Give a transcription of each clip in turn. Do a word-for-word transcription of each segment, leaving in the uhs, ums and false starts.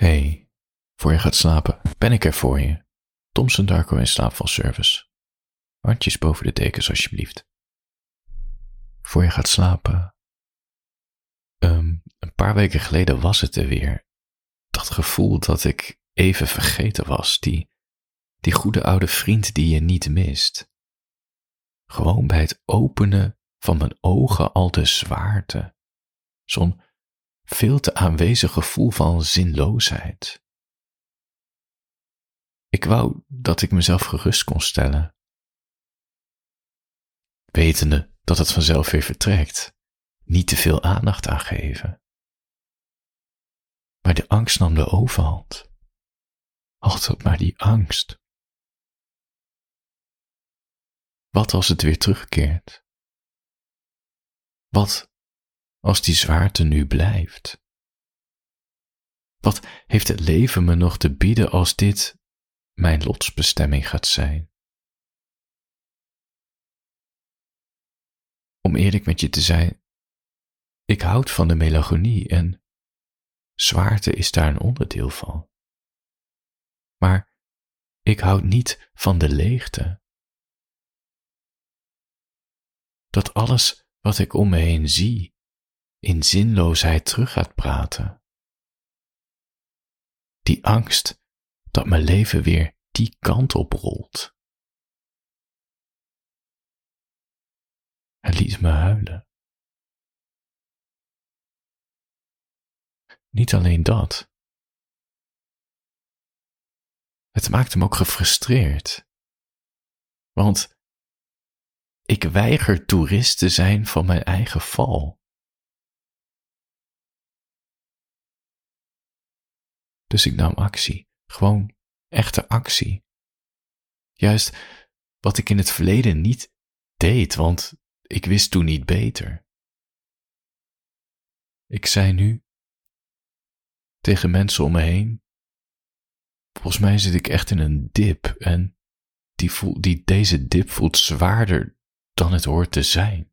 Hey, voor je gaat slapen, ben ik er voor je. Thomson Darko in slaapvalservice. Handjes boven de dekens alsjeblieft. Voor je gaat slapen. Um, een paar weken geleden was het er weer. Dat gevoel dat ik even vergeten was. Die, die goede oude vriend die je niet mist. Gewoon bij het openen van mijn ogen al de zwaarte. Zo'n veel te aanwezig gevoel van zinloosheid. Ik wou dat ik mezelf gerust kon stellen. Wetende dat het vanzelf weer vertrekt. Niet te veel aandacht aan geven. Maar de angst nam de overhand. Altijd maar die angst. Wat als het weer terugkeert? Wat als die zwaarte nu blijft? Wat heeft het leven me nog te bieden als dit mijn lotsbestemming gaat zijn? Om eerlijk met je te zijn, ik houd van de melancholie en zwaarte is daar een onderdeel van. Maar ik houd niet van de leegte. Dat alles wat ik om me heen zie, in zinloosheid terug gaat praten. Die angst dat mijn leven weer die kant op rolt. Het liet me huilen. Niet alleen dat. Het maakte me ook gefrustreerd. Want ik weiger toerist te zijn van mijn eigen val. Dus ik nam actie. Gewoon echte actie. Juist wat ik in het verleden niet deed, want ik wist toen niet beter. Ik zei nu tegen mensen om me heen, volgens mij zit ik echt in een dip en die voel, die, deze dip voelt zwaarder dan het hoort te zijn.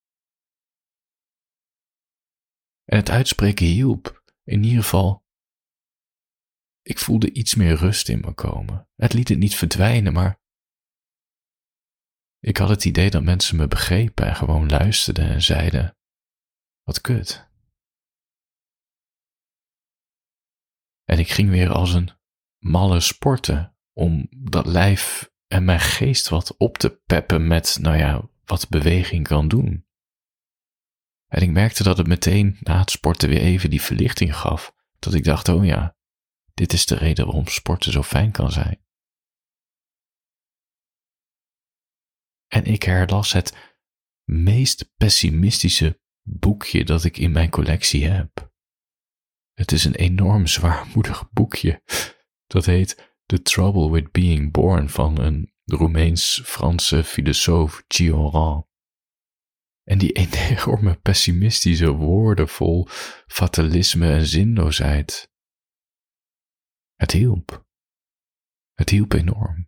En het uitspreken hielp, in ieder geval. Ik voelde iets meer rust in me komen. Het liet het niet verdwijnen, maar ik had het idee dat mensen me begrepen en gewoon luisterden en zeiden, wat kut. En ik ging weer als een malle sporten om dat lijf en mijn geest wat op te peppen met, nou ja, wat beweging kan doen. En ik merkte dat het meteen na het sporten weer even die verlichting gaf, dat ik dacht, oh ja, dit is de reden waarom sporten zo fijn kan zijn. En ik herlas het meest pessimistische boekje dat ik in mijn collectie heb. Het is een enorm zwaarmoedig boekje. Dat heet The Trouble with Being Born van een Roemeens-Franse filosoof Gioran. En die enorme pessimistische woorden vol fatalisme en zinloosheid. Het hielp. Het hielp enorm.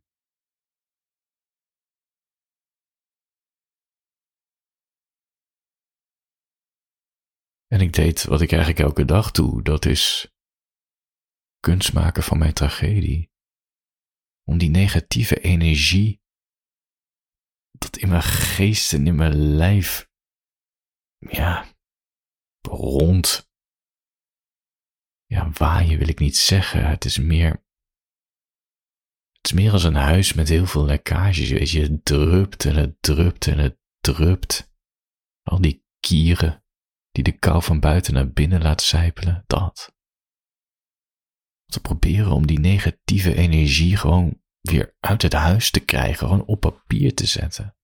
En ik deed wat ik eigenlijk elke dag doe, dat is kunst maken van mijn tragedie. Om die negatieve energie, dat in mijn geest en in mijn lijf, ja, rond, ja, waaien wil ik niet zeggen. Het is meer, het is meer als een huis met heel veel lekkages, weet je. Het drupt en het drupt en het drupt. Al die kieren die de kou van buiten naar binnen laat sijpelen, dat. Te proberen om die negatieve energie gewoon weer uit het huis te krijgen, gewoon op papier te zetten.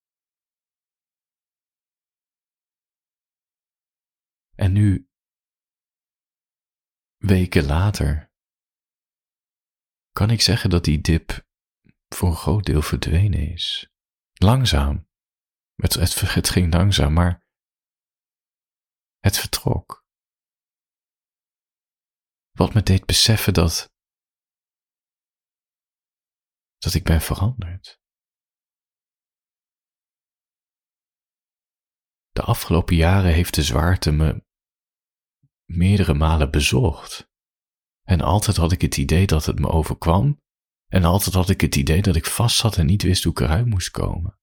En nu, weken later, kan ik zeggen dat die dip voor een groot deel verdwenen is. Langzaam. Het, het, het ging langzaam, maar het vertrok. Wat me deed beseffen dat, dat ik ben veranderd. De afgelopen jaren heeft de zwaarte me meerdere malen bezocht. En altijd had ik het idee dat het me overkwam. En altijd had ik het idee dat ik vast zat en niet wist hoe ik eruit moest komen.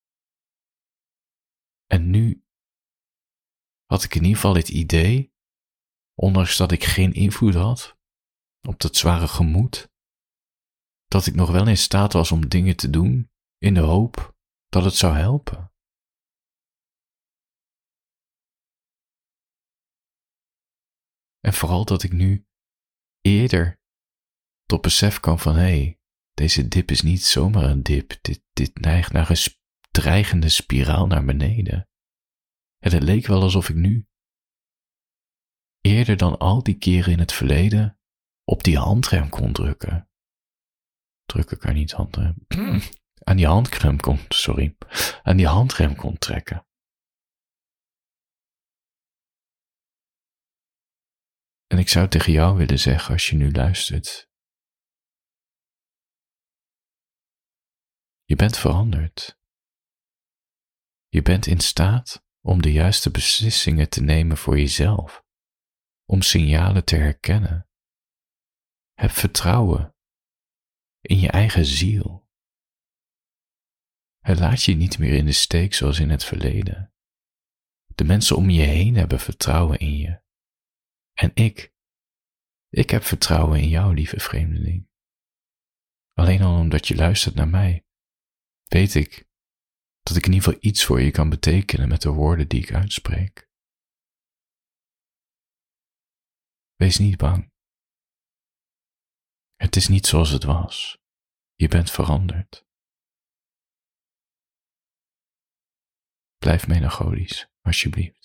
En nu had ik in ieder geval het idee, ondanks dat ik geen invloed had op dat zware gemoed, dat ik nog wel in staat was om dingen te doen in de hoop dat het zou helpen. En vooral dat ik nu eerder tot besef kwam van, hé, hey, deze dip is niet zomaar een dip, dit, dit neigt naar een sp- dreigende spiraal naar beneden. En het leek wel alsof ik nu, eerder dan al die keren in het verleden, op die handrem kon drukken. Drukken kan niet handrem. Aan die handrem kon, sorry, aan die handrem kon trekken. En ik zou tegen jou willen zeggen, als je nu luistert, je bent veranderd. Je bent in staat om de juiste beslissingen te nemen voor jezelf, om signalen te herkennen. Heb vertrouwen in je eigen ziel. Het laat je niet meer in de steek zoals in het verleden. De mensen om je heen hebben vertrouwen in je. En ik, ik heb vertrouwen in jou, lieve vreemdeling. Alleen al omdat je luistert naar mij, weet ik dat ik in ieder geval iets voor je kan betekenen met de woorden die ik uitspreek. Wees niet bang. Het is niet zoals het was. Je bent veranderd. Blijf melancholisch, alsjeblieft.